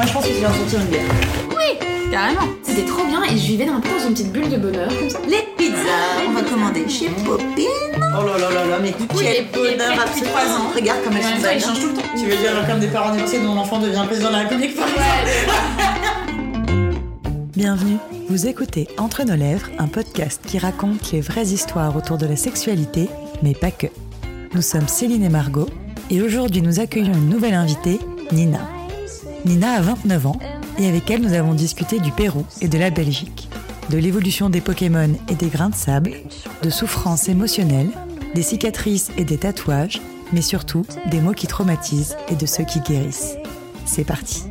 je pense que tu vas ressortir une bière. Oui, carrément. C'était trop bien et je vivais un peu dans une petite bulle de bonheur comme ça. Les pizzas, on va commander chez Poppy. Oh là là, mais quel bonheur Depuis 3 ans. Regarde comme elles sont belles. Ils changent tout le temps. Tu veux dire comme des parents divorcés dont l'enfant devient président de la République par exemple. Bienvenue, vous écoutez Entre nos lèvres, un podcast qui raconte les vraies histoires autour de la sexualité, mais pas que. Nous sommes Céline et Margot, et aujourd'hui nous accueillons une nouvelle invitée, Nina. Nina a 29 ans, et avec elle nous avons discuté du Pérou et de la Belgique, de l'évolution des Pokémon et des grains de sable, de souffrances émotionnelles, des cicatrices et des tatouages, mais surtout des mots qui traumatisent et de ceux qui guérissent. C'est parti.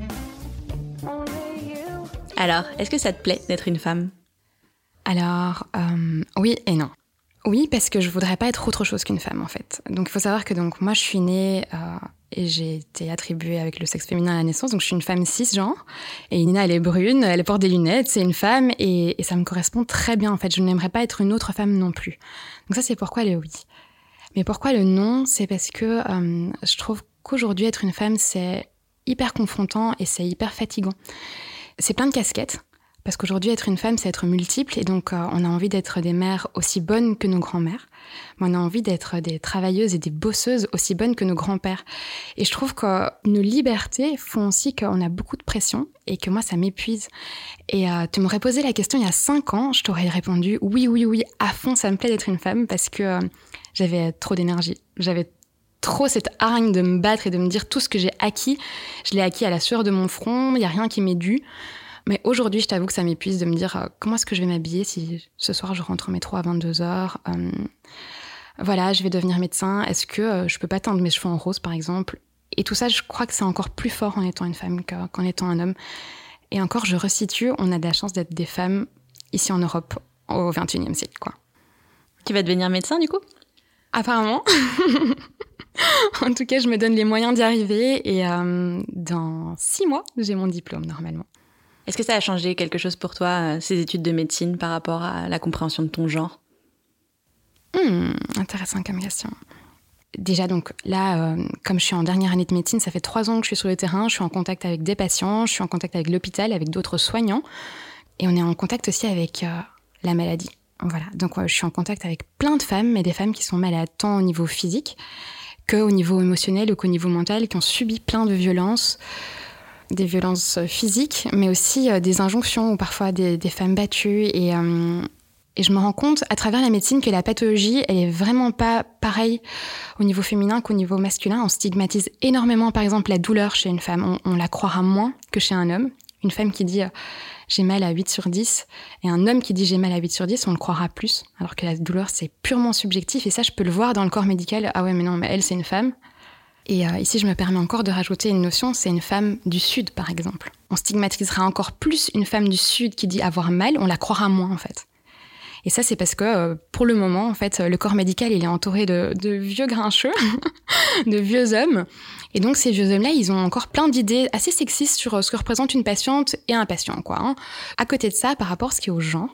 Alors, est-ce que ça te plaît d'être une femme ? Alors, oui et non. Oui, parce que je voudrais pas être autre chose qu'une femme, en fait. Donc, il faut savoir que moi, je suis née et j'ai été attribuée avec le sexe féminin à la naissance. Donc, je suis une femme cisgenre. Et Nina, elle est brune, elle porte des lunettes, c'est une femme. Et ça me correspond très bien, en fait. Je n'aimerais pas être une autre femme non plus. Donc ça, c'est pourquoi le oui. Mais pourquoi le non ? C'est parce que je trouve qu'aujourd'hui, être une femme, c'est hyper confrontant et c'est hyper fatigant. C'est plein de casquettes. Parce qu'aujourd'hui, être une femme, c'est être multiple. Et donc, on a envie d'être des mères aussi bonnes que nos grands-mères. Mais on a envie d'être des travailleuses et des bosseuses aussi bonnes que nos grands-pères. Et je trouve que nos libertés font aussi qu'on a beaucoup de pression et que moi, ça m'épuise. Et tu m'aurais posé la question il y a 5 ans, je t'aurais répondu oui, à fond, ça me plaît d'être une femme parce que j'avais trop d'énergie. J'avais trop cette hargne de me battre et de me dire tout ce que j'ai acquis. Je l'ai acquis à la sueur de mon front, il n'y a rien qui m'est dû. Mais aujourd'hui, je t'avoue que ça m'épuise de me dire comment est-ce que je vais m'habiller si ce soir je rentre au métro à 22h. Voilà, je vais devenir médecin. Est-ce que je peux pas teindre mes cheveux en rose, par exemple ? Et tout ça, je crois que c'est encore plus fort en étant une femme qu'en étant un homme. Et encore, je resitue, on a de la chance d'être des femmes ici en Europe au XXIe siècle, quoi. Tu vas devenir médecin, du coup ? Apparemment. En tout cas, je me donne les moyens d'y arriver. Et dans 6 mois, j'ai mon diplôme, normalement. Est-ce que ça a changé quelque chose pour toi, ces études de médecine, par rapport à la compréhension de ton genre ? Intéressant comme question. Déjà, donc là, comme je suis en dernière année de médecine, ça fait 3 ans que je suis sur le terrain, je suis en contact avec des patients, je suis en contact avec l'hôpital, avec d'autres soignants, et on est en contact aussi avec la maladie. Voilà. Donc, je suis en contact avec plein de femmes, mais des femmes qui sont malades tant au niveau physique qu'au niveau émotionnel ou qu'au niveau mental, qui ont subi plein de violences, des violences physiques, mais aussi des injonctions ou parfois des femmes battues. Et je me rends compte à travers la médecine que la pathologie, elle est vraiment pas pareille au niveau féminin qu'au niveau masculin. On stigmatise énormément, par exemple, la douleur chez une femme. On la croira moins que chez un homme. Une femme qui dit j'ai mal à 8 sur 10 et un homme qui dit j'ai mal à 8 sur 10, on le croira plus. Alors que la douleur, c'est purement subjectif. Et ça, je peux le voir dans le corps médical. Ah ouais, mais non, mais elle, c'est une femme. Et ici, je me permets encore de rajouter une notion, c'est une femme du Sud, par exemple. On stigmatisera encore plus une femme du Sud qui dit avoir mal, on la croira moins, en fait. Et ça, c'est parce que, pour le moment, en fait, le corps médical, il est entouré de vieux grincheux, de vieux hommes. Et donc, ces vieux hommes-là, ils ont encore plein d'idées assez sexistes sur ce que représente une patiente et un patient, quoi. Hein. À côté de ça, par rapport à ce qui est au genre,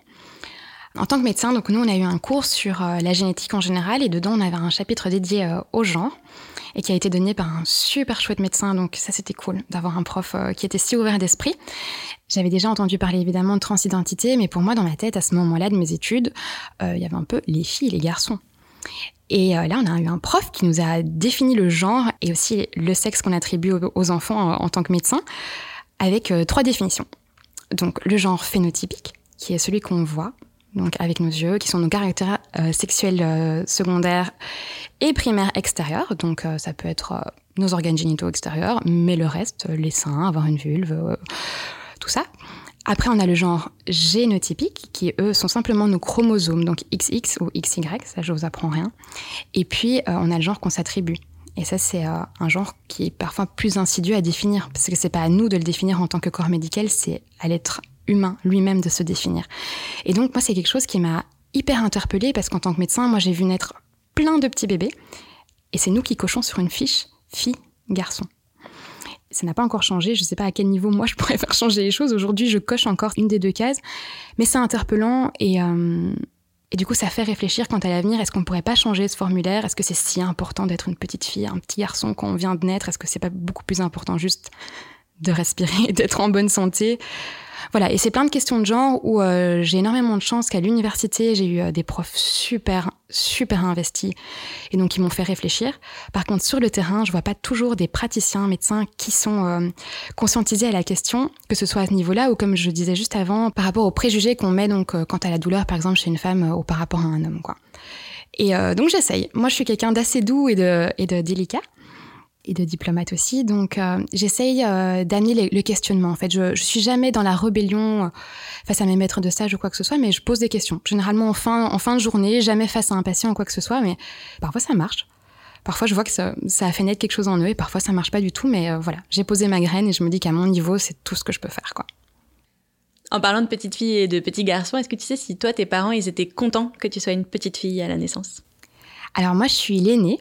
en tant que médecin, donc nous, on a eu un cours sur la génétique en général, et dedans, on avait un chapitre dédié au genre, et qui a été donné par un super chouette médecin, donc ça c'était cool d'avoir un prof qui était si ouvert d'esprit. J'avais déjà entendu parler évidemment de transidentité, mais pour moi dans ma tête à ce moment-là de mes études, il y avait un peu les filles et les garçons. Et là on a eu un prof qui nous a défini le genre et aussi le sexe qu'on attribue aux enfants en tant que médecin, avec 3 définitions. Donc le genre phénotypique, qui est celui qu'on voit, donc avec nos yeux, qui sont nos caractères sexuels secondaires et primaires extérieurs. Donc ça peut être nos organes génitaux extérieurs, mais le reste, les seins, avoir une vulve, tout ça. Après, on a le genre génotypique, qui eux sont simplement nos chromosomes, donc XX ou XY, ça je vous apprends rien. Et puis on a le genre qu'on s'attribue. Et ça, c'est un genre qui est parfois plus insidieux à définir, parce que c'est pas à nous de le définir en tant que corps médical, c'est à l'être humain lui-même de se définir. Et donc, moi, c'est quelque chose qui m'a hyper interpellée, parce qu'en tant que médecin, moi, j'ai vu naître plein de petits bébés, et c'est nous qui cochons sur une fiche fille, garçon. Ça n'a pas encore changé, je sais pas à quel niveau, moi, je pourrais faire changer les choses. Aujourd'hui, je coche encore une des 2 cases, mais c'est interpellant, et du coup, ça fait réfléchir quant à l'avenir. Est-ce qu'on pourrait pas changer ce formulaire ? Est-ce que c'est si important d'être une petite fille, un petit garçon quand on vient de naître ? Est-ce que c'est pas beaucoup plus important juste de respirer, d'être en bonne santé. Voilà, et c'est plein de questions de genre où j'ai énormément de chance qu'à l'université, j'ai eu des profs super investis et donc ils m'ont fait réfléchir. Par contre, sur le terrain, je vois pas toujours des praticiens, médecins qui sont conscientisés à la question, que ce soit à ce niveau-là ou comme je disais juste avant, par rapport aux préjugés qu'on met donc quant à la douleur, par exemple, chez une femme ou par rapport à un homme, quoi. Et donc j'essaye. Moi, je suis quelqu'un d'assez doux et de délicat. Et de diplomate aussi, donc j'essaye d'amener le questionnement. En fait, je suis jamais dans la rébellion face à mes maîtres de stage ou quoi que ce soit, mais je pose des questions. Généralement en fin de journée, jamais face à un patient ou quoi que ce soit, mais parfois ça marche. Parfois je vois que ça a fait naître quelque chose en eux et parfois ça marche pas du tout, mais voilà, j'ai posé ma graine et je me dis qu'à mon niveau, c'est tout ce que je peux faire, quoi. En parlant de petites filles et de petits garçons, est-ce que tu sais si toi, tes parents, ils étaient contents que tu sois une petite fille à la naissance ? Alors moi, je suis l'aînée.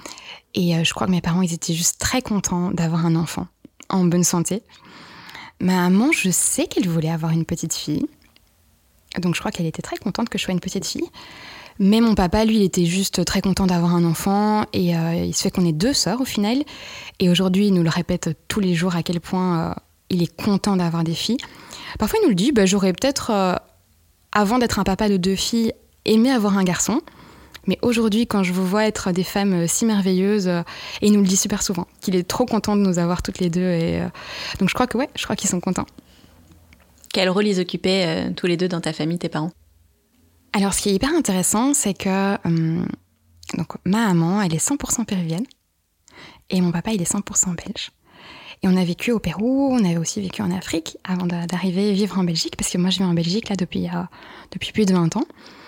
Et je crois que mes parents, ils étaient juste très contents d'avoir un enfant en bonne santé. Ma maman, je sais qu'elle voulait avoir une petite fille. Donc je crois qu'elle était très contente que je sois une petite fille. Mais mon papa, lui, il était juste très content d'avoir un enfant. Et il se fait qu'on est 2 sœurs au final. Et aujourd'hui, il nous le répète tous les jours à quel point il est content d'avoir des filles. Parfois, il nous le dit, j'aurais peut-être, avant d'être un papa de 2 filles, aimé avoir un garçon. Mais aujourd'hui, quand je vous vois être des femmes si merveilleuses, et il nous le dit super souvent, qu'il est trop content de nous avoir toutes les deux. Et donc je crois qu'ils sont contents. Quel rôle ils occupaient tous les deux dans ta famille, tes parents ? Alors ce qui est hyper intéressant, c'est que donc, ma maman, elle est 100% péruvienne, et mon papa, il est 100% belge. Et on a vécu au Pérou, on avait aussi vécu en Afrique, avant d'arriver vivre en Belgique, parce que moi je vis en Belgique là depuis plus de 20 ans.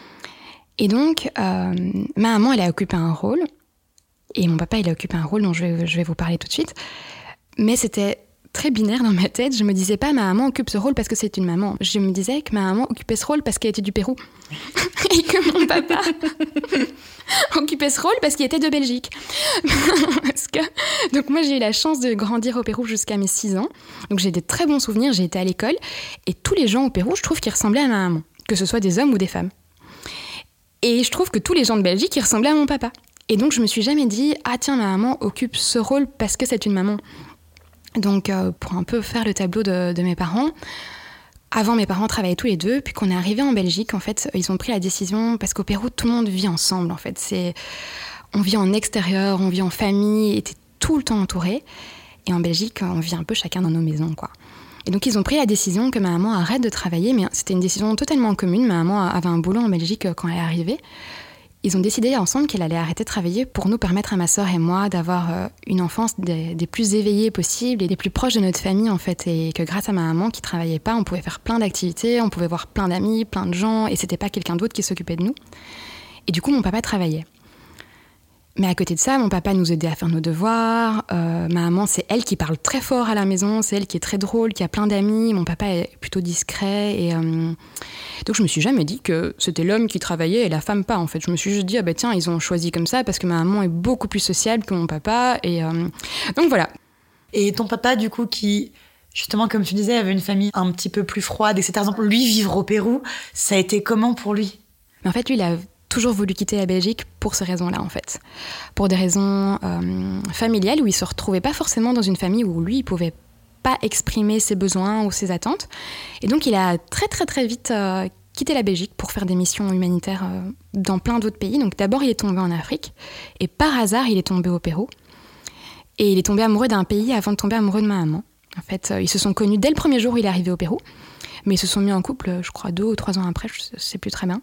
Et donc, ma maman, elle a occupé un rôle, et mon papa, il a occupé un rôle dont je vais vous parler tout de suite. Mais c'était très binaire dans ma tête. Je me disais pas, ma maman occupe ce rôle parce que c'est une maman. Je me disais que ma maman occupait ce rôle parce qu'elle était du Pérou. Et que mon papa occupait ce rôle parce qu'il était de Belgique. Donc moi, j'ai eu la chance de grandir au Pérou jusqu'à mes 6 ans. Donc j'ai des très bons souvenirs, j'ai été à l'école, et tous les gens au Pérou, je trouve qu'ils ressemblaient à ma maman, que ce soit des hommes ou des femmes. Et je trouve que tous les gens de Belgique, ils ressemblaient à mon papa. Et donc, je me suis jamais dit « Ah tiens, ma maman occupe ce rôle parce que c'est une maman ». Donc, pour un peu faire le tableau de mes parents, avant, mes parents travaillaient tous les deux. Puis qu'on est arrivé en Belgique, en fait, ils ont pris la décision, parce qu'au Pérou, tout le monde vit ensemble, en fait. On vit en extérieur, on vit en famille, et t'es tout le temps entouré. Et en Belgique, on vit un peu chacun dans nos maisons, quoi. Et donc, ils ont pris la décision que ma maman arrête de travailler, mais c'était une décision totalement commune. Ma maman avait un boulot en Belgique quand elle est arrivée. Ils ont décidé ensemble qu'elle allait arrêter de travailler pour nous permettre à ma sœur et moi d'avoir une enfance des plus éveillées possibles et des plus proches de notre famille, en fait. Et que grâce à ma maman qui travaillait pas, on pouvait faire plein d'activités, on pouvait voir plein d'amis, plein de gens, et c'était pas quelqu'un d'autre qui s'occupait de nous. Et du coup, mon papa travaillait. Mais à côté de ça, mon papa nous aidait à faire nos devoirs. Ma maman, c'est elle qui parle très fort à la maison, c'est elle qui est très drôle, qui a plein d'amis. Mon papa est plutôt discret. Et donc, je me suis jamais dit que c'était l'homme qui travaillait et la femme pas, en fait. Je me suis juste dit, tiens, ils ont choisi comme ça parce que ma maman est beaucoup plus sociable que mon papa. Et donc, voilà. Et ton papa, du coup, qui, justement, comme tu disais, avait une famille un petit peu plus froide, etc. Par exemple, lui, vivre au Pérou, ça a été comment pour lui ? Mais en fait, lui, il a toujours voulu quitter la Belgique pour ces raisons-là, en fait. Pour des raisons familiales, où il se retrouvait pas forcément dans une famille où lui, il pouvait pas exprimer ses besoins ou ses attentes. Et donc, il a très, très, très vite quitté la Belgique pour faire des missions humanitaires dans plein d'autres pays. Donc, d'abord, il est tombé en Afrique. Et par hasard, il est tombé au Pérou. Et il est tombé amoureux d'un pays avant de tomber amoureux de ma maman. En fait, ils se sont connus dès le premier jour où il est arrivé au Pérou. Mais ils se sont mis en couple, je crois, 2 ou 3 ans après, je sais plus très bien.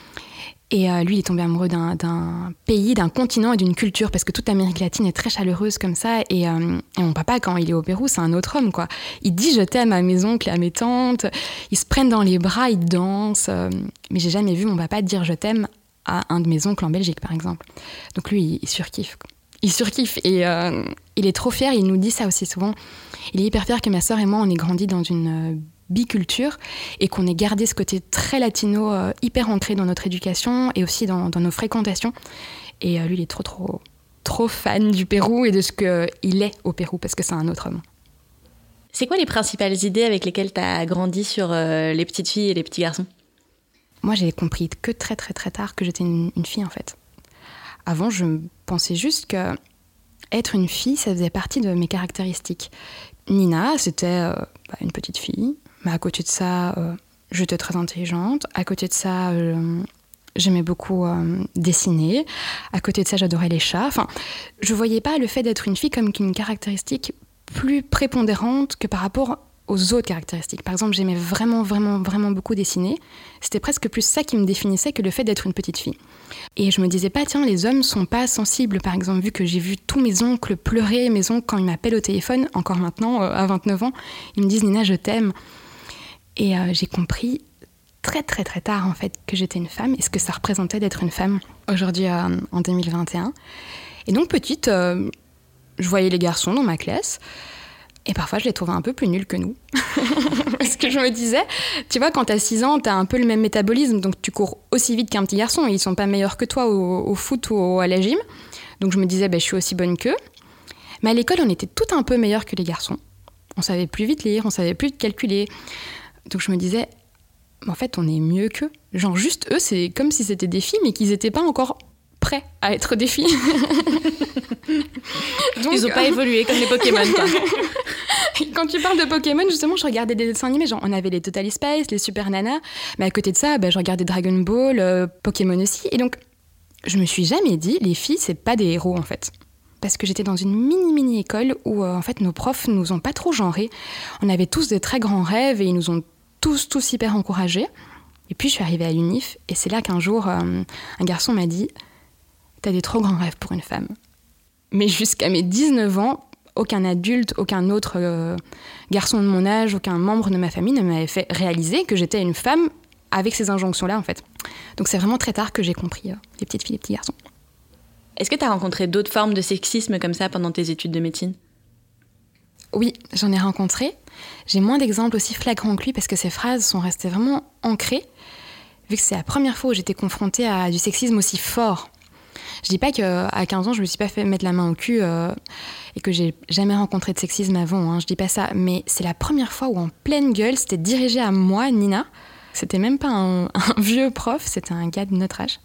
Et lui, il est tombé amoureux d'un pays, d'un continent et d'une culture, parce que toute l'Amérique latine est très chaleureuse comme ça. Et mon papa, quand il est au Pérou, c'est un autre homme, quoi. Il dit « je t'aime » à mes oncles et à mes tantes. Ils se prennent dans les bras, ils dansent. Mais j'ai jamais vu mon papa dire « je t'aime » à un de mes oncles en Belgique, par exemple. Donc lui, il surkiffe, quoi. Il surkiffe et il est trop fier. Il nous dit ça aussi souvent. Il est hyper fier que ma sœur et moi, on ait grandi dans une biculture et qu'on ait gardé ce côté très latino, hyper ancré dans notre éducation et aussi dans nos fréquentations. Et lui, il est trop fan du Pérou et de ce qu'il est au Pérou, parce que c'est un autre homme. C'est quoi les principales idées avec lesquelles tu as grandi sur les petites filles et les petits garçons ? Moi, j'ai compris que très très très tard que j'étais une fille, en fait. Avant, je pensais juste que être une fille, ça faisait partie de mes caractéristiques. Nina, c'était une petite fille, mais à côté de ça, j'étais très intelligente. À côté de ça, j'aimais beaucoup dessiner. À côté de ça, j'adorais les chats. Enfin, je voyais pas le fait d'être une fille comme une caractéristique plus prépondérante que par rapport aux autres caractéristiques. Par exemple, j'aimais vraiment, vraiment, vraiment beaucoup dessiner. C'était presque plus ça qui me définissait que le fait d'être une petite fille. Et je me disais pas, tiens, les hommes sont pas sensibles, par exemple, vu que j'ai vu tous mes oncles pleurer, mes oncles, quand ils m'appellent au téléphone, encore maintenant, à 29 ans, ils me disent « Nina, je t'aime ». Et j'ai compris très, très, très tard, en fait, que j'étais une femme et ce que ça représentait d'être une femme aujourd'hui, en 2021. Et donc, petite, je voyais les garçons dans ma classe. Et parfois, je les trouvais un peu plus nuls que nous. Parce que je me disais, tu vois, quand t'as 6 ans, t'as un peu le même métabolisme, donc tu cours aussi vite qu'un petit garçon, et ils sont pas meilleurs que toi au foot ou à la gym. Donc je me disais, je suis aussi bonne qu'eux. Mais à l'école, on était toutes un peu meilleures que les garçons. On savait plus vite lire, on savait plus calculer. Donc je me disais, en fait, on est mieux qu'eux. Genre juste eux, c'est comme si c'était des filles, mais qu'ils étaient pas encore prêts à être des filles. Donc, ils ont pas évolué comme les Pokémon, quoi. Quand tu parles de Pokémon, justement, je regardais des dessins animés, genre on avait les Totally Spice, les Super Nana, mais à côté de ça, je regardais Dragon Ball, Pokémon aussi, et donc je me suis jamais dit, les filles, c'est pas des héros en fait. Parce que j'étais dans une mini école où en fait nos profs nous ont pas trop genrés. On avait tous des très grands rêves et ils nous ont tous hyper encouragés. Et puis je suis arrivée à l'UNIF et c'est là qu'un jour, un garçon m'a dit « T'as des trop grands rêves pour une femme ». Mais jusqu'à mes 19 ans, aucun adulte, aucun autre garçon de mon âge, aucun membre de ma famille ne m'avait fait réaliser que j'étais une femme avec ces injonctions-là, en fait. Donc c'est vraiment très tard que j'ai compris les petites filles, les petits garçons. Est-ce que tu as rencontré d'autres formes de sexisme comme ça pendant tes études de médecine ? Oui, j'en ai rencontré. J'ai moins d'exemples aussi flagrants que lui parce que ces phrases sont restées vraiment ancrées, vu que c'est la première fois où j'étais confrontée à du sexisme aussi fort. Je dis pas qu'à 15 ans, je me suis pas fait mettre la main au cul et que j'ai jamais rencontré de sexisme avant, hein, je dis pas ça. Mais c'est la première fois où en pleine gueule, c'était dirigé à moi, Nina. C'était même pas un vieux prof, c'était un gars de notre âge.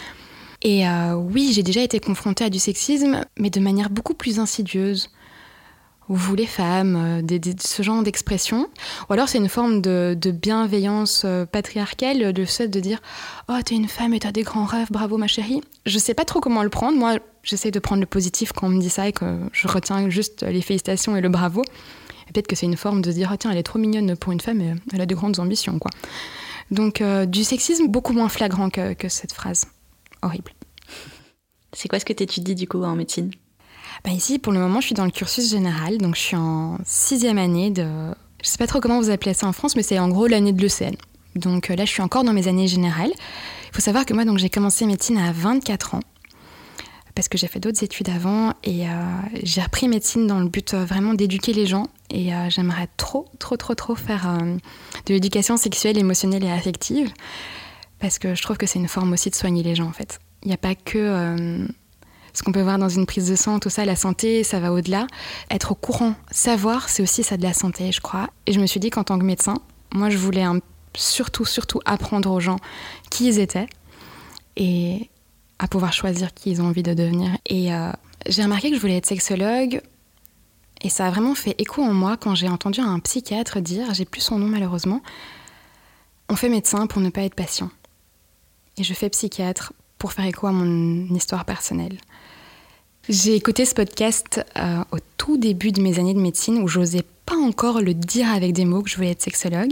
Et oui, j'ai déjà été confrontée à du sexisme, mais de manière beaucoup plus insidieuse. Vous les femmes, ce genre d'expression. Ou alors c'est une forme de bienveillance patriarcale, le fait de dire « Oh, t'es une femme et t'as des grands rêves, bravo ma chérie ». Je sais pas trop comment le prendre. Moi, j'essaie de prendre le positif quand on me dit ça et que je retiens juste les félicitations et le bravo. Et peut-être que c'est une forme de dire « Oh tiens, elle est trop mignonne pour une femme et elle a de grandes ambitions, quoi ». Donc du sexisme beaucoup moins flagrant que cette phrase. Horrible. C'est quoi ce que t'étudies du coup en médecine ? Ici, pour le moment, je suis dans le cursus général, donc je suis en 6e année de... Je sais pas trop comment vous appelez ça en France, mais c'est en gros l'année de l'ECN. Donc là, je suis encore dans mes années générales. Il faut savoir que moi, donc, j'ai commencé médecine à 24 ans, parce que j'ai fait d'autres études avant, et j'ai repris médecine dans le but vraiment d'éduquer les gens, et j'aimerais trop faire de l'éducation sexuelle, émotionnelle et affective, parce que je trouve que c'est une forme aussi de soigner les gens, en fait. Il n'y a pas que... ce qu'on peut voir dans une prise de sang, tout ça, la santé, ça va au-delà. Être au courant, savoir, c'est aussi ça de la santé, je crois. Et je me suis dit qu'en tant que médecin, moi, je voulais surtout apprendre aux gens qui ils étaient et à pouvoir choisir qui ils ont envie de devenir. Et j'ai remarqué que je voulais être sexologue et ça a vraiment fait écho en moi quand j'ai entendu un psychiatre dire, j'ai plus son nom malheureusement, on fait médecin pour ne pas être patient. Et je fais psychiatre pour faire écho à mon histoire personnelle. J'ai écouté ce podcast au tout début de mes années de médecine où j'osais pas encore le dire avec des mots que je voulais être sexologue.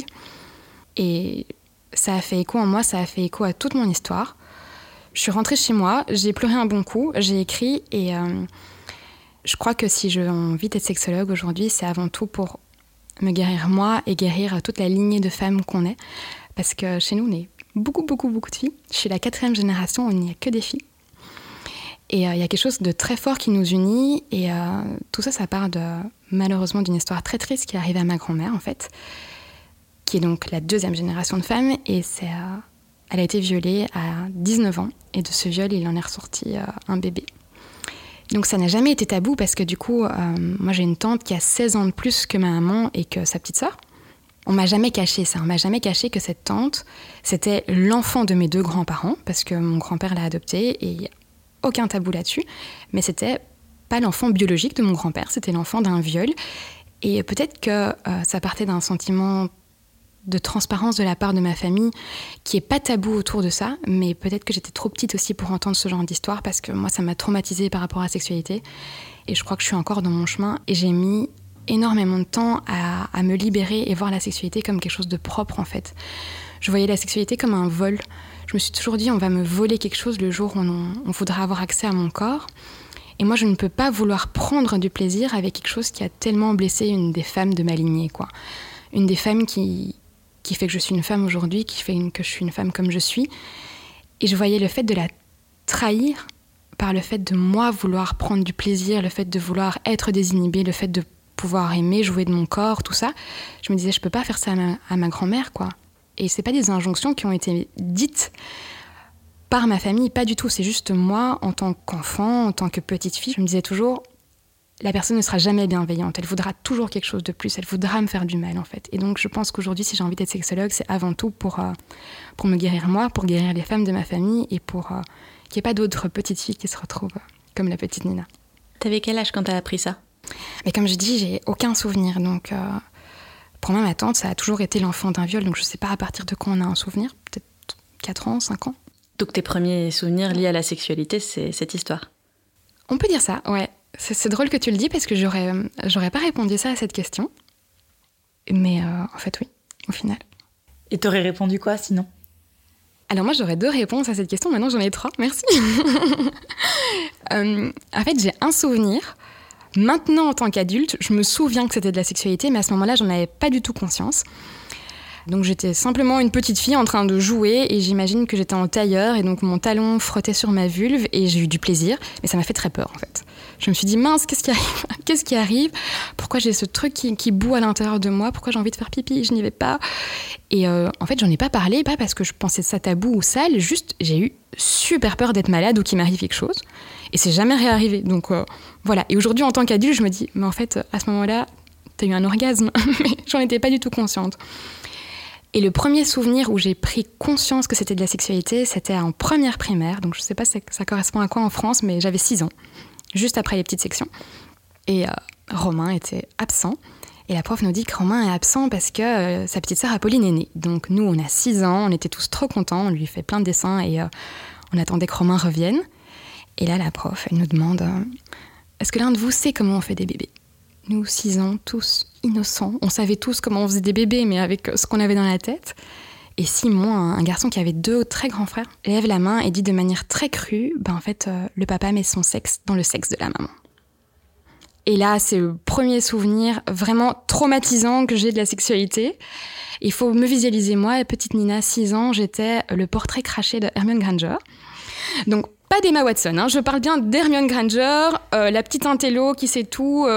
Et ça a fait écho en moi, ça a fait écho à toute mon histoire. Je suis rentrée chez moi, j'ai pleuré un bon coup, j'ai écrit et je crois que si j'ai envie d'être sexologue aujourd'hui, c'est avant tout pour me guérir moi et guérir toute la lignée de femmes qu'on est. Parce que chez nous, on est beaucoup de filles. Je suis la 4e génération où il n'y a que des filles. Et il y a quelque chose de très fort qui nous unit. Et tout ça, ça part malheureusement d'une histoire très triste qui est arrivée à ma grand-mère, en fait, qui est donc la 2e génération de femmes. Et elle a été violée à 19 ans. Et de ce viol, il en est ressorti un bébé. Donc ça n'a jamais été tabou parce que du coup, moi j'ai une tante qui a 16 ans de plus que ma maman et que sa petite sœur. On m'a jamais caché ça, on m'a jamais caché que cette tante, c'était l'enfant de mes 2 grands-parents, parce que mon grand-père l'a adoptée et il n'y a aucun tabou là-dessus, mais c'était pas l'enfant biologique de mon grand-père, c'était l'enfant d'un viol. Et peut-être que ça partait d'un sentiment de transparence de la part de ma famille qui est pas tabou autour de ça, mais peut-être que j'étais trop petite aussi pour entendre ce genre d'histoire parce que moi, ça m'a traumatisée par rapport à la sexualité. Et je crois que je suis encore dans mon chemin et j'ai mis énormément de temps à me libérer et voir la sexualité comme quelque chose de propre en fait. Je voyais la sexualité comme un vol. Je me suis toujours dit, on va me voler quelque chose le jour où on voudra avoir accès à mon corps. Et moi, je ne peux pas vouloir prendre du plaisir avec quelque chose qui a tellement blessé une des femmes de ma lignée, quoi. Une des femmes qui fait que je suis une femme aujourd'hui, qui fait que je suis une femme comme je suis. Et je voyais le fait de la trahir par le fait de moi vouloir prendre du plaisir, le fait de vouloir être désinhibée, le fait de pouvoir aimer, jouer de mon corps, tout ça. Je me disais, je peux pas faire ça à ma grand-mère, quoi. Et c'est pas des injonctions qui ont été dites par ma famille, pas du tout. C'est juste moi, en tant qu'enfant, en tant que petite fille, je me disais toujours, la personne ne sera jamais bienveillante. Elle voudra toujours quelque chose de plus. Elle voudra me faire du mal, en fait. Et donc, je pense qu'aujourd'hui, si j'ai envie d'être sexologue, c'est avant tout pour me guérir moi, pour guérir les femmes de ma famille et pour qu'il n'y ait pas d'autres petites filles qui se retrouvent comme la petite Nina. T'avais quel âge quand t'as appris ça ? Mais comme je dis, j'ai aucun souvenir. Donc, pour moi, ma tante, ça a toujours été l'enfant d'un viol. Donc, je ne sais pas à partir de quand on a un souvenir. Peut-être 4 ans, 5 ans. Donc, tes premiers souvenirs liés à la sexualité, c'est cette histoire ? On peut dire ça, ouais. C'est drôle que tu le dis parce que j'aurais pas répondu ça à cette question. Mais en fait, oui, au final. Et t'aurais répondu quoi, sinon ? Alors moi, j'aurais 2 réponses à cette question. Maintenant, j'en ai 3. Merci. En fait, j'ai un souvenir. Maintenant, en tant qu'adulte, je me souviens que c'était de la sexualité, mais à ce moment-là, j'en avais pas du tout conscience. Donc j'étais simplement une petite fille en train de jouer et j'imagine que j'étais en tailleur et donc mon talon frottait sur ma vulve et j'ai eu du plaisir, mais ça m'a fait très peur en fait. Je me suis dit mince, qu'est-ce qui arrive ? Pourquoi j'ai ce truc qui bout à l'intérieur de moi ? Pourquoi j'ai envie de faire pipi ? Je n'y vais pas. Et en fait, j'en ai pas parlé, pas parce que je pensais ça tabou ou sale, juste j'ai eu super peur d'être malade ou qu'il m'arrive quelque chose. Et c'est jamais réarrivé. Donc voilà. Et aujourd'hui, en tant qu'adulte, je me dis, mais en fait, à ce moment-là, t'as eu un orgasme. Mais j'en étais pas du tout consciente. Et le premier souvenir où j'ai pris conscience que c'était de la sexualité, c'était en première primaire. Donc je sais pas si ça correspond à quoi en France, mais j'avais 6 ans, juste après les petites sections. Et Romain était absent. Et la prof nous dit que Romain est absent parce que sa petite sœur Apolline est née. Donc nous, on a 6 ans, on était tous trop contents, on lui fait plein de dessins et on attendait que Romain revienne. Et là, la prof, elle nous demande est-ce que l'un de vous sait comment on fait des bébés ? Nous, 6 ans, tous innocents. On savait tous comment on faisait des bébés, mais avec ce qu'on avait dans la tête. Et Simon, un garçon qui avait 2 très grands frères, lève la main et dit de manière très crue, en fait, le papa met son sexe dans le sexe de la maman. Et là, c'est le premier souvenir vraiment traumatisant que j'ai de la sexualité. Il faut me visualiser, moi, petite Nina, 6 ans, j'étais le portrait craché de Hermione Granger. Donc, pas d'Emma Watson, hein. Je parle bien d'Hermione Granger, la petite intello qui sait tout.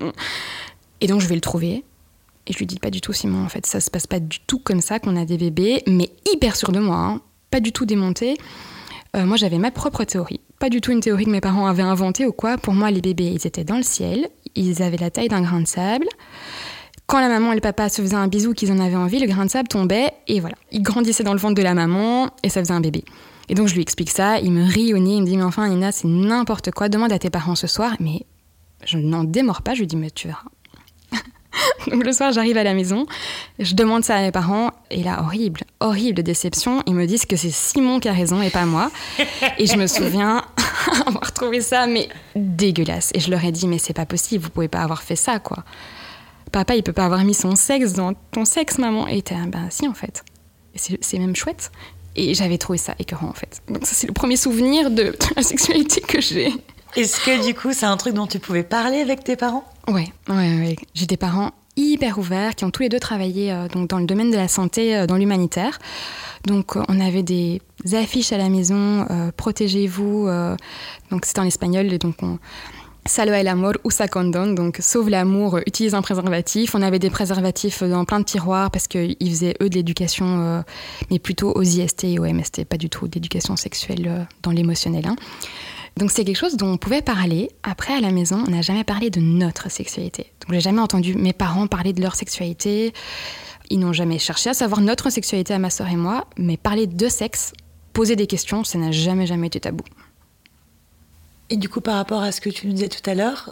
Et donc je vais le trouver. Et je lui dis pas du tout, Simon, en fait, ça se passe pas du tout comme ça qu'on a des bébés, mais hyper sûre de moi, hein. Pas du tout démontée. Moi, j'avais ma propre théorie. Pas du tout une théorie que mes parents avaient inventée ou quoi. Pour moi, les bébés, ils étaient dans le ciel, ils avaient la taille d'un grain de sable. Quand la maman et le papa se faisaient un bisou, qu'ils en avaient envie, le grain de sable tombait et voilà. Ils grandissaient dans le ventre de la maman et ça faisait un bébé. Et donc je lui explique ça, il me rit au nez, il me dit « Mais enfin Nina, c'est n'importe quoi, demande à tes parents ce soir. » Mais je n'en démords pas, je lui dis « Mais tu verras. » Donc le soir, j'arrive à la maison, je demande ça à mes parents, et là, horrible déception, ils me disent que c'est Simon qui a raison et pas moi. Et je me souviens avoir trouvé ça, mais dégueulasse. Et je leur ai dit « Mais c'est pas possible, vous pouvez pas avoir fait ça, quoi. Papa, il peut pas avoir mis son sexe dans ton sexe, maman. » Et il était « Si, en fait. Et c'est même chouette. » Et j'avais trouvé ça écœurant, en fait. Donc ça, c'est le premier souvenir de la sexualité que j'ai. Est-ce que, du coup, c'est un truc dont tu pouvais parler avec tes parents ? Ouais. J'ai des parents hyper ouverts, qui ont tous les 2 travaillé donc dans le domaine de la santé, dans l'humanitaire. Donc, on avait des affiches à la maison, protégez-vous. Donc, c'était en espagnol, et donc Salva el amor, usa condón, donc sauve l'amour, utilise un préservatif. On avait des préservatifs dans plein de tiroirs parce qu'ils faisaient, eux, de l'éducation, mais plutôt aux IST et aux MST, pas du tout d'éducation sexuelle dans l'émotionnel. Hein. Donc c'est quelque chose dont on pouvait parler. Après, à la maison, on n'a jamais parlé de notre sexualité. Donc j'ai jamais entendu mes parents parler de leur sexualité. Ils n'ont jamais cherché à savoir notre sexualité à ma sœur et moi, mais parler de sexe, poser des questions, ça n'a jamais été tabou. Et du coup, par rapport à ce que tu nous disais tout à l'heure,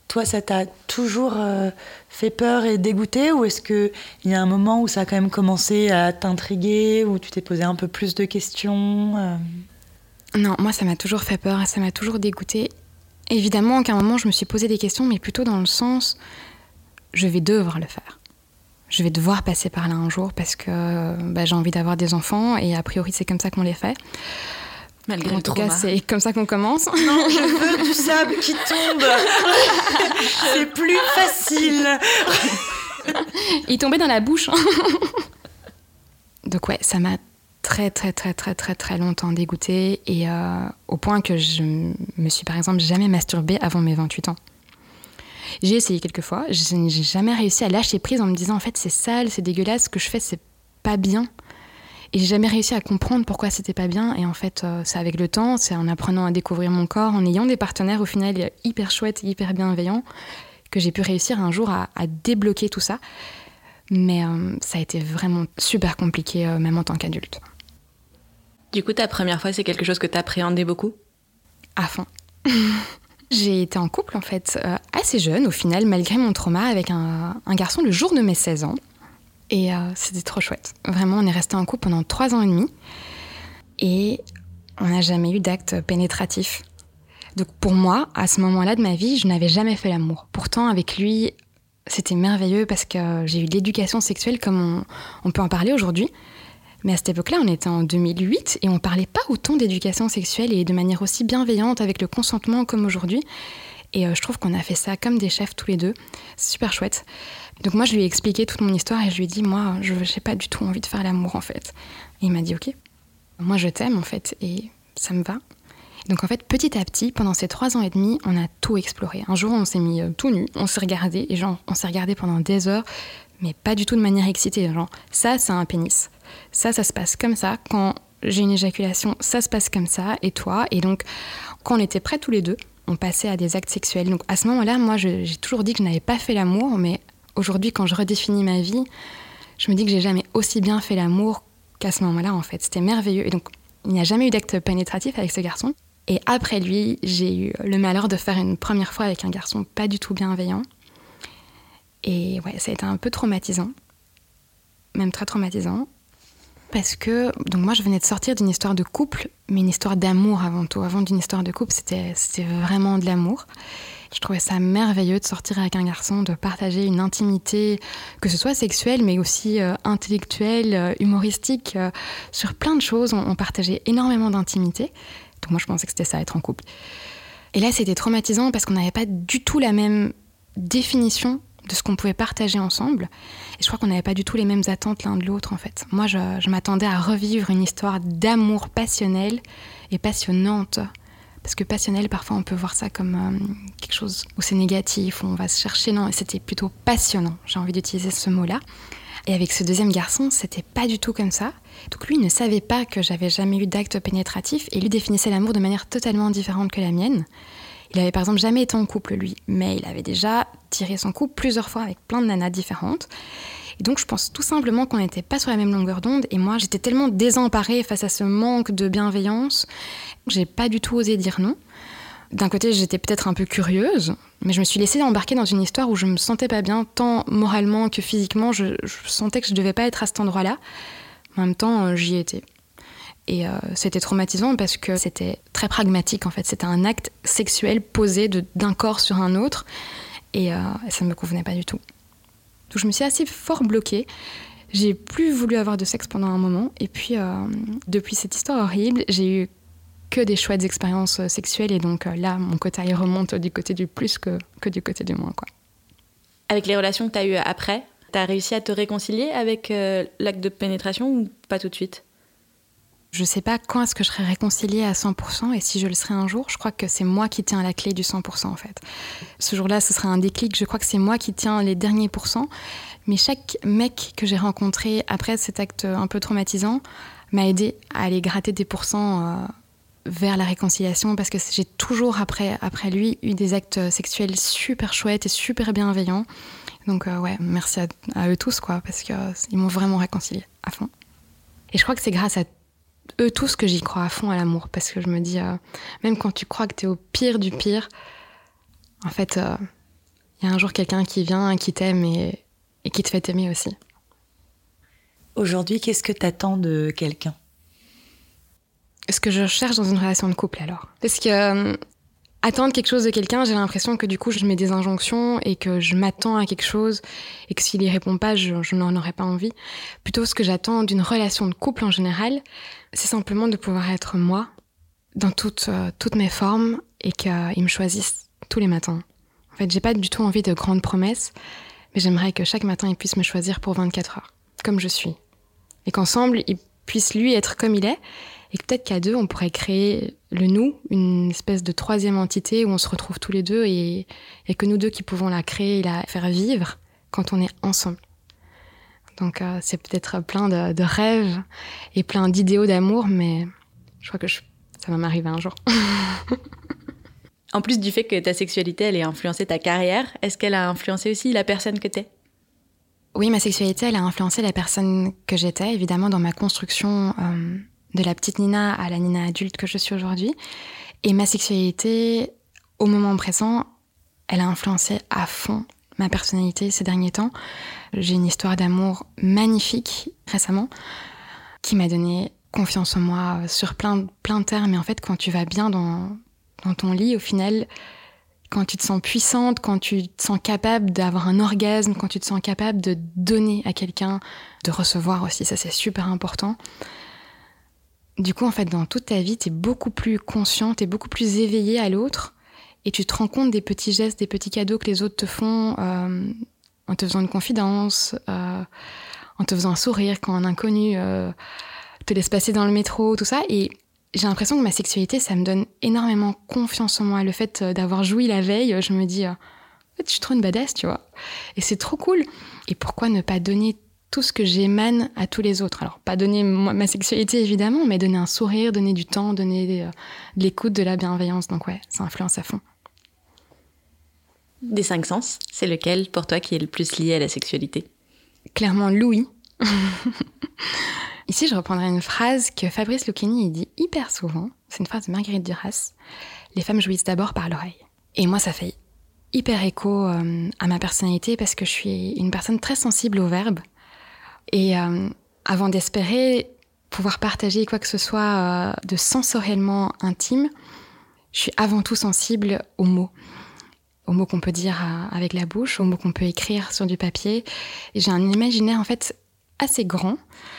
Toi, ça t'a toujours fait peur et dégoûté, ou est-ce qu'il y a un moment où ça a quand même commencé à t'intriguer, où tu t'es posé un peu plus de questions Non, moi, ça m'a toujours fait peur, ça m'a toujours dégoûtée. Évidemment qu'à un moment, je me suis posé des questions, mais plutôt dans le sens, je vais devoir le faire. Je vais devoir passer par là un jour parce que j'ai envie d'avoir des enfants et a priori, c'est comme ça qu'on les fait. Malgré en tout cas, c'est comme ça qu'on commence. Non, je veux du sable qui tombe. C'est plus facile. Il tombait dans la bouche. Donc ouais, ça m'a très longtemps dégoûtée et au point que je me suis par exemple jamais masturbée avant mes 28 ans. J'ai essayé quelques fois, je n'ai jamais réussi à lâcher prise en me disant en fait c'est sale, c'est dégueulasse, ce que je fais c'est pas bien. Et j'ai jamais réussi à comprendre pourquoi c'était pas bien. Et en fait, c'est avec le temps, c'est en apprenant à découvrir mon corps, en ayant des partenaires au final hyper chouettes, hyper bienveillants, que j'ai pu réussir un jour à débloquer tout ça. Mais ça a été vraiment super compliqué, même en tant qu'adulte. Du coup, ta première fois, c'est quelque chose que t'appréhendais beaucoup ? À fond. J'ai été en couple, en fait, assez jeune, au final, malgré mon trauma, avec un garçon le jour de mes 16 ans. Et c'était trop chouette. Vraiment, on est resté en couple pendant 3 ans et demi. Et on n'a jamais eu d'acte pénétratif. Donc pour moi, à ce moment-là de ma vie, je n'avais jamais fait l'amour. Pourtant, avec lui, c'était merveilleux parce que j'ai eu de l'éducation sexuelle comme on peut en parler aujourd'hui. Mais à cette époque-là, on était en 2008 et on ne parlait pas autant d'éducation sexuelle et de manière aussi bienveillante avec le consentement comme aujourd'hui. Et je trouve qu'on a fait ça comme des chefs tous les deux. C'est super chouette. Donc moi, je lui ai expliqué toute mon histoire et je lui ai dit, moi, je n'ai pas du tout envie de faire l'amour, en fait. Et il m'a dit, ok, moi, je t'aime, en fait, et ça me va. Donc en fait, petit à petit, pendant ces 3 ans et demi, on a tout exploré. Un jour, on s'est mis tout nu, on s'est regardé, et genre, on s'est regardé pendant des heures, mais pas du tout de manière excitée. Genre, ça, c'est un pénis. Ça se passe comme ça. Quand j'ai une éjaculation, ça se passe comme ça. Et toi ? Et donc, quand on était prêts tous les deux, on passait à des actes sexuels. Donc à ce moment-là, moi, j'ai toujours dit que je n'avais pas fait l'amour, mais aujourd'hui, quand je redéfinis ma vie, je me dis que j'ai jamais aussi bien fait l'amour qu'à ce moment-là, en fait. C'était merveilleux. Et donc, il n'y a jamais eu d'acte pénétratif avec ce garçon. Et après lui, j'ai eu le malheur de faire une première fois avec un garçon pas du tout bienveillant. Et ouais, ça a été un peu traumatisant. Même très traumatisant. Parce que, donc moi, je venais de sortir d'une histoire de couple, mais une histoire d'amour avant tout. Avant d'une histoire de couple, c'était vraiment de l'amour. Je trouvais ça merveilleux de sortir avec un garçon, de partager une intimité, que ce soit sexuelle, mais aussi intellectuelle, humoristique, sur plein de choses. On partageait énormément d'intimité. Donc moi, je pensais que c'était ça, être en couple. Et là, c'était traumatisant parce qu'on n'avait pas du tout la même définition de ce qu'on pouvait partager ensemble. Et je crois qu'on n'avait pas du tout les mêmes attentes l'un de l'autre, en fait. Moi, je m'attendais à revivre une histoire d'amour passionnel et passionnante. Parce que passionnel, parfois, on peut voir ça comme quelque chose où c'est négatif, où on va se chercher. Non, c'était plutôt passionnant. J'ai envie d'utiliser ce mot-là. Et avec ce deuxième garçon, c'était pas du tout comme ça. Donc lui ne savait pas que j'avais jamais eu d'acte pénétratif et lui définissait l'amour de manière totalement différente que la mienne. Il avait par exemple jamais été en couple, lui, mais il avait déjà tiré son couple plusieurs fois avec plein de nanas différentes. Et donc je pense tout simplement qu'on n'était pas sur la même longueur d'onde et moi j'étais tellement désemparée face à ce manque de bienveillance que j'ai pas du tout osé dire non. D'un côté, j'étais peut-être un peu curieuse, mais je me suis laissée embarquer dans une histoire où je me sentais pas bien, tant moralement que physiquement. Je sentais que je devais pas être à cet endroit-là. En même temps, j'y étais. Et c'était traumatisant parce que c'était très pragmatique, en fait. C'était un acte sexuel posé d'un corps sur un autre. Et ça me convenait pas du tout. Donc je me suis assez fort bloquée. J'ai plus voulu avoir de sexe pendant un moment. Et puis, depuis cette histoire horrible, j'ai eu que des chouettes expériences sexuelles et donc là, mon quota il remonte du côté du plus que du côté du moins, quoi. Avec les relations que tu as eues après, tu as réussi à te réconcilier avec l'acte de pénétration ou pas tout de suite ? Je sais pas quand est-ce que je serai réconciliée à 100% et si je le serai un jour, je crois que c'est moi qui tiens la clé du 100% en fait. Ce jour-là, ce sera un déclic, je crois que c'est moi qui tiens les derniers pourcents, mais chaque mec que j'ai rencontré après cet acte un peu traumatisant m'a aidé à aller gratter des pourcents vers la réconciliation parce que j'ai toujours après lui eu des actes sexuels super chouettes et super bienveillants. Donc ouais, merci à eux tous quoi, parce qu'ils m'ont vraiment réconciliée à fond. Et je crois que c'est grâce à eux tous que j'y crois à fond à l'amour, parce que je me dis, même quand tu crois que t'es au pire du pire, en fait, il y a un jour quelqu'un qui vient, qui t'aime et qui te fait aimer aussi. Aujourd'hui, qu'est-ce que t'attends de quelqu'un ? Ce que je cherche dans une relation de couple, alors. Parce que attendre quelque chose de quelqu'un, j'ai l'impression que du coup, je mets des injonctions et que je m'attends à quelque chose et que s'il y répond pas, je n'en aurais pas envie. Plutôt, ce que j'attends d'une relation de couple en général, c'est simplement de pouvoir être moi dans toutes mes formes et qu'il me choisisse tous les matins. En fait, j'ai pas du tout envie de grandes promesses, mais j'aimerais que chaque matin, il puisse me choisir pour 24 heures, comme je suis. Et qu'ensemble, il puisse lui être comme il est, et que peut-être qu'à deux, on pourrait créer le nous, une espèce de troisième entité où on se retrouve tous les deux et que nous deux qui pouvons la créer et la faire vivre quand on est ensemble. Donc c'est peut-être plein de rêves et plein d'idéaux d'amour, mais je crois que ça va m'arriver un jour. En plus du fait que ta sexualité, elle ait influencé ta carrière, est-ce qu'elle a influencé aussi la personne que t'es ? Oui, ma sexualité, elle a influencé la personne que j'étais, évidemment, dans ma construction de la petite Nina à la Nina adulte que je suis aujourd'hui. Et ma sexualité, au moment présent, elle a influencé à fond ma personnalité ces derniers temps. J'ai une histoire d'amour magnifique récemment qui m'a donné confiance en moi sur plein de termes. Et en fait, quand tu vas bien dans ton lit, au final, quand tu te sens puissante, quand tu te sens capable d'avoir un orgasme, quand tu te sens capable de donner à quelqu'un, de recevoir aussi, ça c'est super important. Du coup, en fait, dans toute ta vie, t'es beaucoup plus consciente, t'es beaucoup plus éveillée à l'autre et tu te rends compte des petits gestes, des petits cadeaux que les autres te font en te faisant une confidence, en te faisant un sourire quand un inconnu te laisse passer dans le métro, tout ça. Et j'ai l'impression que ma sexualité, ça me donne énormément confiance en moi. Le fait d'avoir joui la veille, je me dis, en fait, je suis trop une badass, tu vois. Et c'est trop cool. Et pourquoi ne pas donner tout ce que j'émane à tous les autres ? Alors, pas donner ma sexualité, évidemment, mais donner un sourire, donner du temps, donner de l'écoute, de la bienveillance. Donc ouais, ça influence à fond. Des 5 sens, c'est lequel pour toi qui est le plus lié à la sexualité ? Clairement, l'ouïe. Ici, je reprendrai une phrase que Fabrice Lucchini il dit hyper souvent. C'est une phrase de Marguerite Duras. Les femmes jouissent d'abord par l'oreille. Et moi, ça fait hyper écho à ma personnalité parce que je suis une personne très sensible au verbe. Et avant d'espérer pouvoir partager quoi que ce soit de sensoriellement intime, je suis avant tout sensible aux mots qu'on peut dire avec la bouche, aux mots qu'on peut écrire sur du papier. Et j'ai un imaginaire en fait assez grand.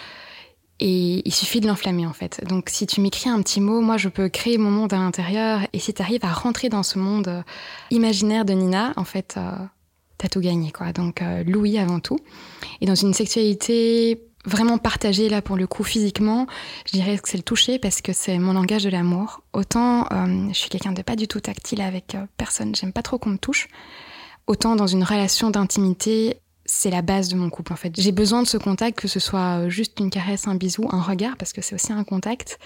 Et il suffit de l'enflammer, en fait. Donc, si tu m'écris un petit mot, moi, je peux créer mon monde à l'intérieur. Et si tu arrives à rentrer dans ce monde imaginaire de Nina, en fait, t'as tout gagné, quoi. Donc, l'ouïe avant tout. Et dans une sexualité vraiment partagée, là, pour le coup, physiquement, je dirais que c'est le toucher parce que c'est mon langage de l'amour. Autant, je suis quelqu'un de pas du tout tactile avec personne. J'aime pas trop qu'on me touche. Autant, dans une relation d'intimité, c'est la base de mon couple, en fait. J'ai besoin de ce contact, que ce soit juste une caresse, un bisou, un regard, parce que c'est aussi un contact.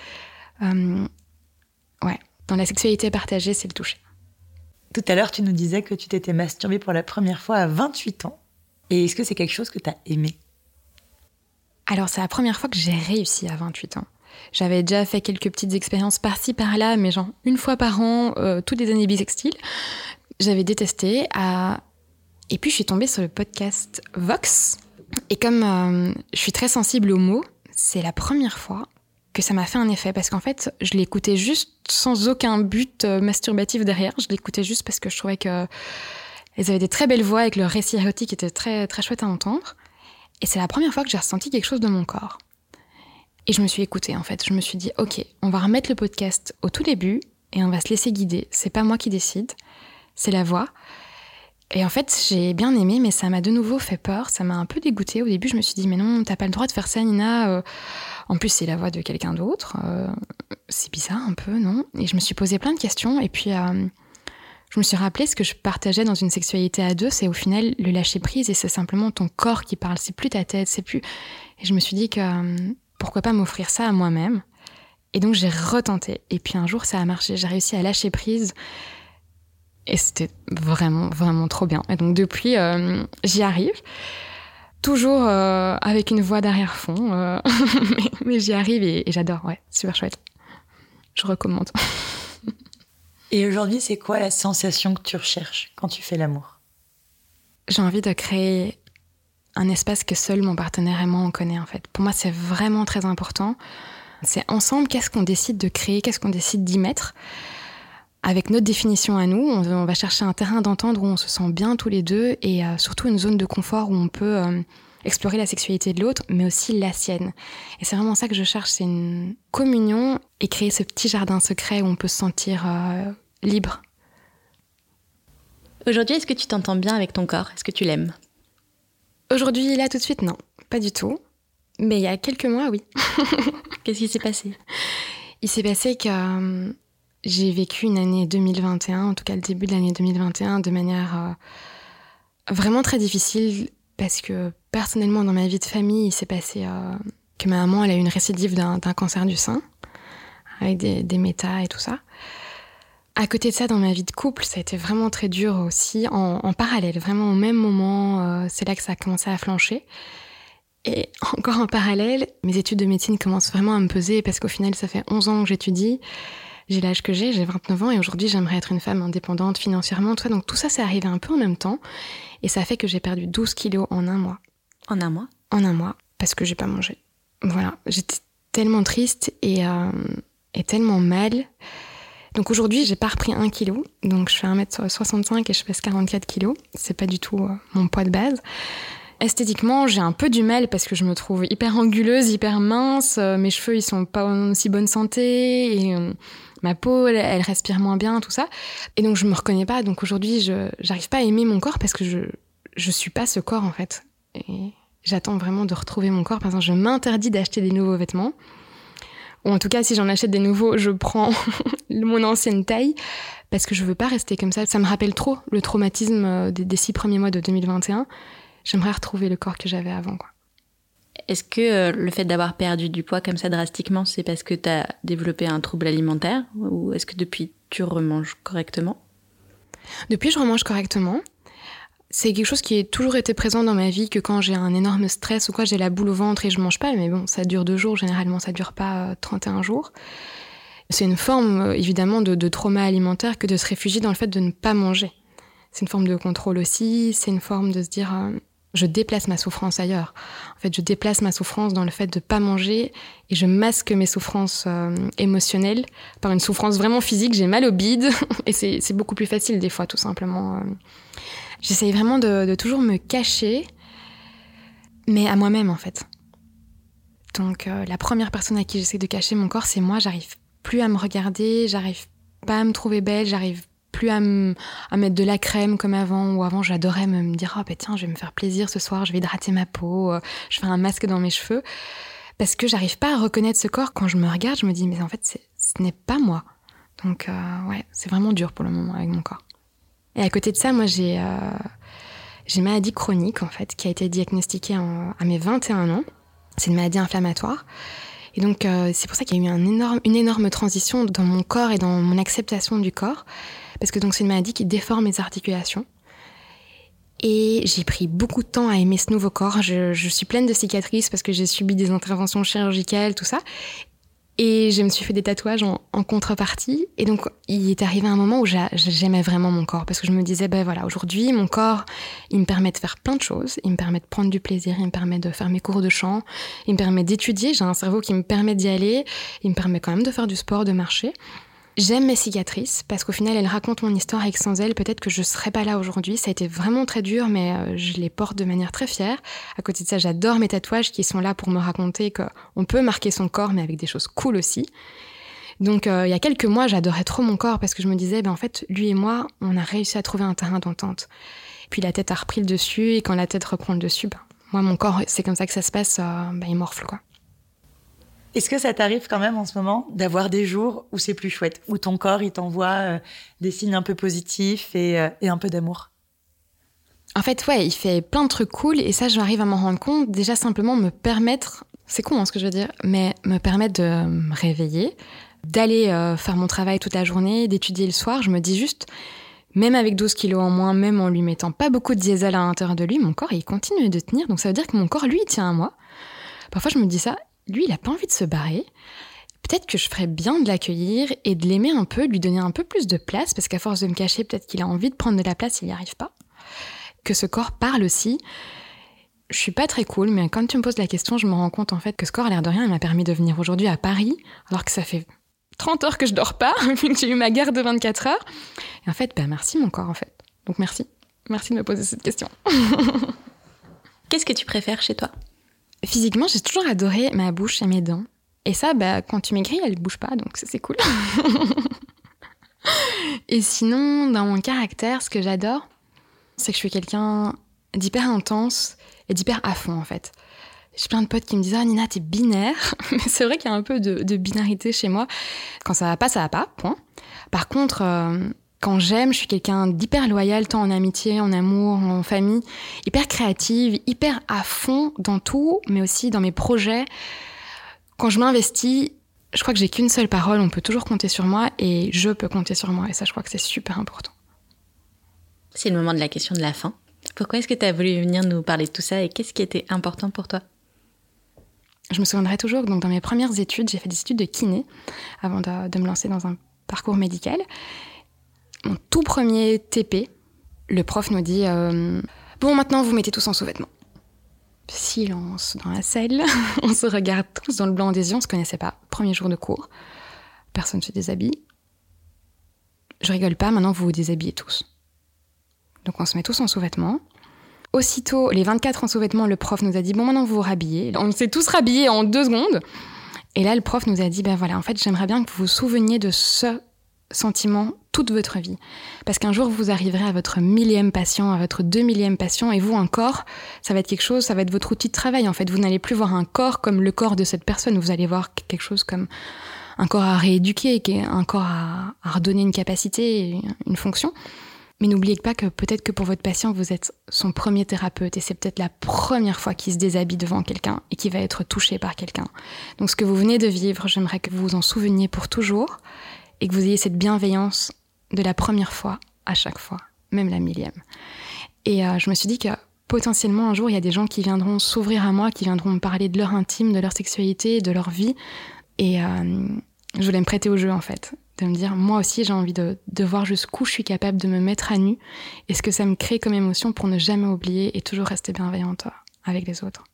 Ouais, dans la sexualité partagée, c'est le toucher. Tout à l'heure, tu nous disais que tu t'étais masturbée pour la première fois à 28 ans. Et est-ce que c'est quelque chose que tu as aimé ? Alors, c'est la première fois que j'ai réussi à 28 ans. J'avais déjà fait quelques petites expériences par-ci, par-là, mais genre une fois par an, toutes les années bisextiles. J'avais détesté. Et puis, je suis tombée sur le podcast Vox. Et comme je suis très sensible aux mots, c'est la première fois que ça m'a fait un effet. Parce qu'en fait, je l'écoutais juste sans aucun but masturbatif derrière. Je l'écoutais juste parce que je trouvais qu'elles avaient des très belles voix avec leur récit érotique qui était très, très chouette à entendre. Et c'est la première fois que j'ai ressenti quelque chose de mon corps. Et je me suis écoutée, en fait. Je me suis dit, OK, on va remettre le podcast au tout début et on va se laisser guider. C'est pas moi qui décide, c'est la voix. Et en fait, j'ai bien aimé, mais ça m'a de nouveau fait peur. Ça m'a un peu dégoûtée. Au début, je me suis dit, mais non, t'as pas le droit de faire ça, Nina. En plus, c'est la voix de quelqu'un d'autre. C'est bizarre un peu, non ? Et je me suis posé plein de questions. Et puis, je me suis rappelé ce que je partageais dans une sexualité à deux, c'est au final le lâcher-prise. Et c'est simplement ton corps qui parle. C'est plus ta tête, c'est plus... Et je me suis dit que pourquoi pas m'offrir ça à moi-même ? Et donc, j'ai retenté. Et puis, un jour, ça a marché. J'ai réussi à lâcher prise. Et c'était vraiment, vraiment trop bien. Et donc depuis, j'y arrive. Toujours avec une voix d'arrière-fond. Mais j'y arrive et j'adore. Ouais, super chouette. Je recommande. Et aujourd'hui, c'est quoi la sensation que tu recherches quand tu fais l'amour ? J'ai envie de créer un espace que seul mon partenaire et moi on connaît en fait. Pour moi, c'est vraiment très important. C'est ensemble, qu'est-ce qu'on décide de créer, qu'est-ce qu'on décide d'y mettre. Avec notre définition à nous, on va chercher un terrain d'entente où on se sent bien tous les deux et surtout une zone de confort où on peut explorer la sexualité de l'autre, mais aussi la sienne. Et c'est vraiment ça que je cherche, c'est une communion et créer ce petit jardin secret où on peut se sentir libre. Aujourd'hui, est-ce que tu t'entends bien avec ton corps ? Est-ce que tu l'aimes ? Aujourd'hui, là, tout de suite, non. Pas du tout. Mais il y a quelques mois, oui. Qu'est-ce qui s'est passé ? Il s'est passé que j'ai vécu une année 2021, en tout cas le début de l'année 2021, de manière vraiment très difficile parce que personnellement, dans ma vie de famille, il s'est passé que ma maman elle a eu une récidive d'un cancer du sein avec des métas et tout ça. À côté de ça, dans ma vie de couple, ça a été vraiment très dur aussi, en parallèle, vraiment au même moment, c'est là que ça a commencé à flancher. Et encore en parallèle, mes études de médecine commencent vraiment à me peser parce qu'au final, ça fait 11 ans que j'étudie. J'ai l'âge que j'ai 29 ans et aujourd'hui, j'aimerais être une femme indépendante financièrement, tout ça. Donc tout ça, c'est arrivé un peu en même temps et ça fait que j'ai perdu 12 kilos en un mois. En un mois ? En un mois, parce que j'ai pas mangé. Voilà, j'étais tellement triste et tellement mal. Donc aujourd'hui, j'ai pas repris 1 kilo. Donc je fais 1m65 et je pèse 44 kilos. C'est pas du tout mon poids de base. Esthétiquement, j'ai un peu du mal parce que je me trouve hyper anguleuse, hyper mince. Mes cheveux, ils sont pas en aussi bonne santé. Et ma peau, elle respire moins bien, tout ça. Et donc je me reconnais pas. Donc aujourd'hui, j'arrive pas à aimer mon corps parce que je suis pas ce corps en fait. Et j'attends vraiment de retrouver mon corps. Par exemple, je m'interdis d'acheter des nouveaux vêtements. Ou en tout cas, si j'en achète des nouveaux, je prends mon ancienne taille parce que je veux pas rester comme ça. Ça me rappelle trop le traumatisme des 6 premiers mois de 2021. J'aimerais retrouver le corps que j'avais avant, quoi. Est-ce que le fait d'avoir perdu du poids comme ça drastiquement, c'est parce que tu as développé un trouble alimentaire ? Ou est-ce que depuis, tu remanges correctement ? Depuis, je remange correctement. C'est quelque chose qui a toujours été présent dans ma vie, que quand j'ai un énorme stress ou quoi, j'ai la boule au ventre et je mange pas. Mais bon, ça dure 2 jours, généralement, ça dure pas 31 jours. C'est une forme, évidemment, de trauma alimentaire que de se réfugier dans le fait de ne pas manger. C'est une forme de contrôle aussi, c'est une forme de se dire je déplace ma souffrance ailleurs. En fait, je déplace ma souffrance dans le fait de pas manger et je masque mes souffrances émotionnelles par une souffrance vraiment physique. J'ai mal au bide et c'est beaucoup plus facile des fois, tout simplement. J'essaye vraiment de toujours me cacher, mais à moi-même en fait. Donc la première personne à qui j'essaie de cacher mon corps, c'est moi. J'arrive plus à me regarder, j'arrive pas à me trouver belle, j'arrive plus à mettre de la crème comme avant, ou avant j'adorais me dire tiens, je vais me faire plaisir ce soir, je vais hydrater ma peau, je fais un masque dans mes cheveux, parce que j'arrive pas à reconnaître ce corps. Quand je me regarde, je me dis mais en fait ce n'est pas moi. Donc ouais, c'est vraiment dur pour le moment avec mon corps. Et à côté de ça, moi j'ai une maladie chronique en fait qui a été diagnostiquée à mes 21 ans. C'est une maladie inflammatoire. Et donc c'est pour ça qu'il y a eu une énorme transition dans mon corps et dans mon acceptation du corps. Parce que donc c'est une maladie qui déforme mes articulations. Et j'ai pris beaucoup de temps à aimer ce nouveau corps. Je suis pleine de cicatrices parce que j'ai subi des interventions chirurgicales, tout ça. Et je me suis fait des tatouages en contrepartie. Et donc il est arrivé un moment où j'aimais vraiment mon corps. Parce que je me disais, voilà, aujourd'hui, mon corps, il me permet de faire plein de choses. Il me permet de prendre du plaisir, il me permet de faire mes cours de chant, il me permet d'étudier. J'ai un cerveau qui me permet d'y aller. Il me permet quand même de faire du sport, de marcher. J'aime mes cicatrices parce qu'au final, elles racontent mon histoire et que sans elles, peut-être que je ne serais pas là aujourd'hui. Ça a été vraiment très dur, mais je les porte de manière très fière. À côté de ça, j'adore mes tatouages qui sont là pour me raconter qu'on peut marquer son corps, mais avec des choses cool aussi. Donc, il y a quelques mois, j'adorais trop mon corps parce que je me disais, en fait, lui et moi, on a réussi à trouver un terrain d'entente. Puis la tête a repris le dessus et quand la tête reprend le dessus, moi, mon corps, c'est comme ça que ça se passe, il morfle, quoi. Est-ce que ça t'arrive quand même en ce moment d'avoir des jours où c'est plus chouette, où ton corps il t'envoie des signes un peu positifs et un peu d'amour ? En fait, ouais, il fait plein de trucs cool et ça, j'arrive à m'en rendre compte. Déjà, simplement me permettre, c'est con ce que je veux dire, mais me permettre de me réveiller, d'aller faire mon travail toute la journée, d'étudier le soir. Je me dis juste, même avec 12 kilos en moins, même en lui mettant pas beaucoup de diesel à l'intérieur de lui, mon corps, il continue de tenir. Donc ça veut dire que mon corps, lui, il tient à moi. Parfois, je me dis ça. Lui, il n'a pas envie de se barrer. Peut-être que je ferais bien de l'accueillir et de l'aimer un peu, de lui donner un peu plus de place, parce qu'à force de me cacher, peut-être qu'il a envie de prendre de la place, il n'y arrive pas. que ce corps parle aussi. Je suis pas très cool, mais quand tu me poses la question, je me rends compte en fait que ce corps, à l'air de rien, il m'a permis de venir aujourd'hui à Paris, alors que ça fait 30 heures que je dors pas, vu que j'ai eu ma garde de 24 heures. Et en fait, merci mon corps en fait. Donc merci. Merci de me poser cette question. Qu'est-ce que tu préfères chez toi ? Physiquement, j'ai toujours adoré ma bouche et mes dents. Et ça, quand tu maigris, elles ne bougent pas, donc c'est cool. Et sinon, dans mon caractère, ce que j'adore, c'est que je suis quelqu'un d'hyper intense et d'hyper à fond, en fait. J'ai plein de potes qui me disent « Ah, Nina, t'es binaire !» Mais c'est vrai qu'il y a un peu de binarité chez moi. Quand ça va pas, point. Par contre, quand j'aime, je suis quelqu'un d'hyper loyal, tant en amitié, en amour, en famille, hyper créative, hyper à fond dans tout, mais aussi dans mes projets. Quand je m'investis, je crois que j'ai qu'une seule parole, on peut toujours compter sur moi et je peux compter sur moi. Et ça, je crois que c'est super important. C'est le moment de la question de la fin. Pourquoi est-ce que tu as voulu venir nous parler de tout ça et qu'est-ce qui était important pour toi ? Je me souviendrai toujours que dans mes premières études, j'ai fait des études de kiné avant de me lancer dans un parcours médical. Mon tout premier TP, le prof nous dit « Bon, maintenant, vous mettez tous en sous-vêtements. » Silence dans la salle. On se regarde tous dans le blanc des yeux, on se connaissait pas. Premier jour de cours. Personne se déshabille. Je rigole pas, maintenant vous vous déshabillez tous. Donc on se met tous en sous-vêtements. Aussitôt, les 24 en sous-vêtements, le prof nous a dit « Bon, maintenant vous vous rhabillez. » On s'est tous rhabillés en 2 secondes. Et là, le prof nous a dit « Voilà, en fait, j'aimerais bien que vous vous souveniez de ce sentiment toute votre vie. Parce qu'un jour, vous arriverez à votre 1000e patient, à votre 2000e patient, et vous, un corps, ça va être quelque chose, ça va être votre outil de travail. En fait, vous n'allez plus voir un corps comme le corps de cette personne, vous allez voir quelque chose comme un corps à rééduquer, un corps à redonner une capacité, une fonction. Mais n'oubliez pas que peut-être que pour votre patient, vous êtes son premier thérapeute, et c'est peut-être la première fois qu'il se déshabille devant quelqu'un et qu'il va être touché par quelqu'un. Donc ce que vous venez de vivre, j'aimerais que vous vous en souveniez pour toujours, et que vous ayez cette bienveillance de la première fois à chaque fois, même la 1000e. Et je me suis dit que potentiellement un jour, il y a des gens qui viendront s'ouvrir à moi, qui viendront me parler de leur intime, de leur sexualité, de leur vie. Et je voulais me prêter au jeu, en fait. De me dire, moi aussi, j'ai envie de voir jusqu'où je suis capable de me mettre à nu et ce que ça me crée comme émotion pour ne jamais oublier et toujours rester bienveillante avec les autres.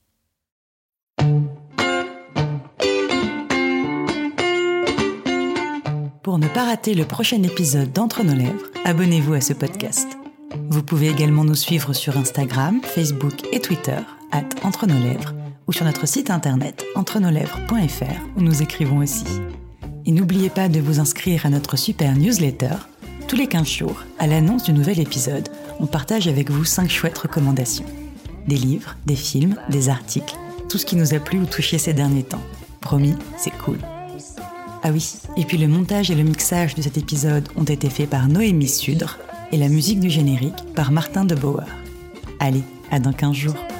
Pour ne pas rater le prochain épisode d'Entre nos lèvres, abonnez-vous à ce podcast. Vous pouvez également nous suivre sur Instagram, Facebook et Twitter @EntreNosLèvres ou sur notre site internet entrenoslèvres.fr où nous écrivons aussi. Et n'oubliez pas de vous inscrire à notre super newsletter. Tous les 15 jours, à l'annonce du nouvel épisode, on partage avec vous 5 chouettes recommandations. Des livres, des films, des articles, tout ce qui nous a plu ou touché ces derniers temps. Promis, c'est cool. Ah oui, et puis le montage et le mixage de cet épisode ont été faits par Noémie Sudre et la musique du générique par Martin de Bauer. Allez, à dans 15 jours.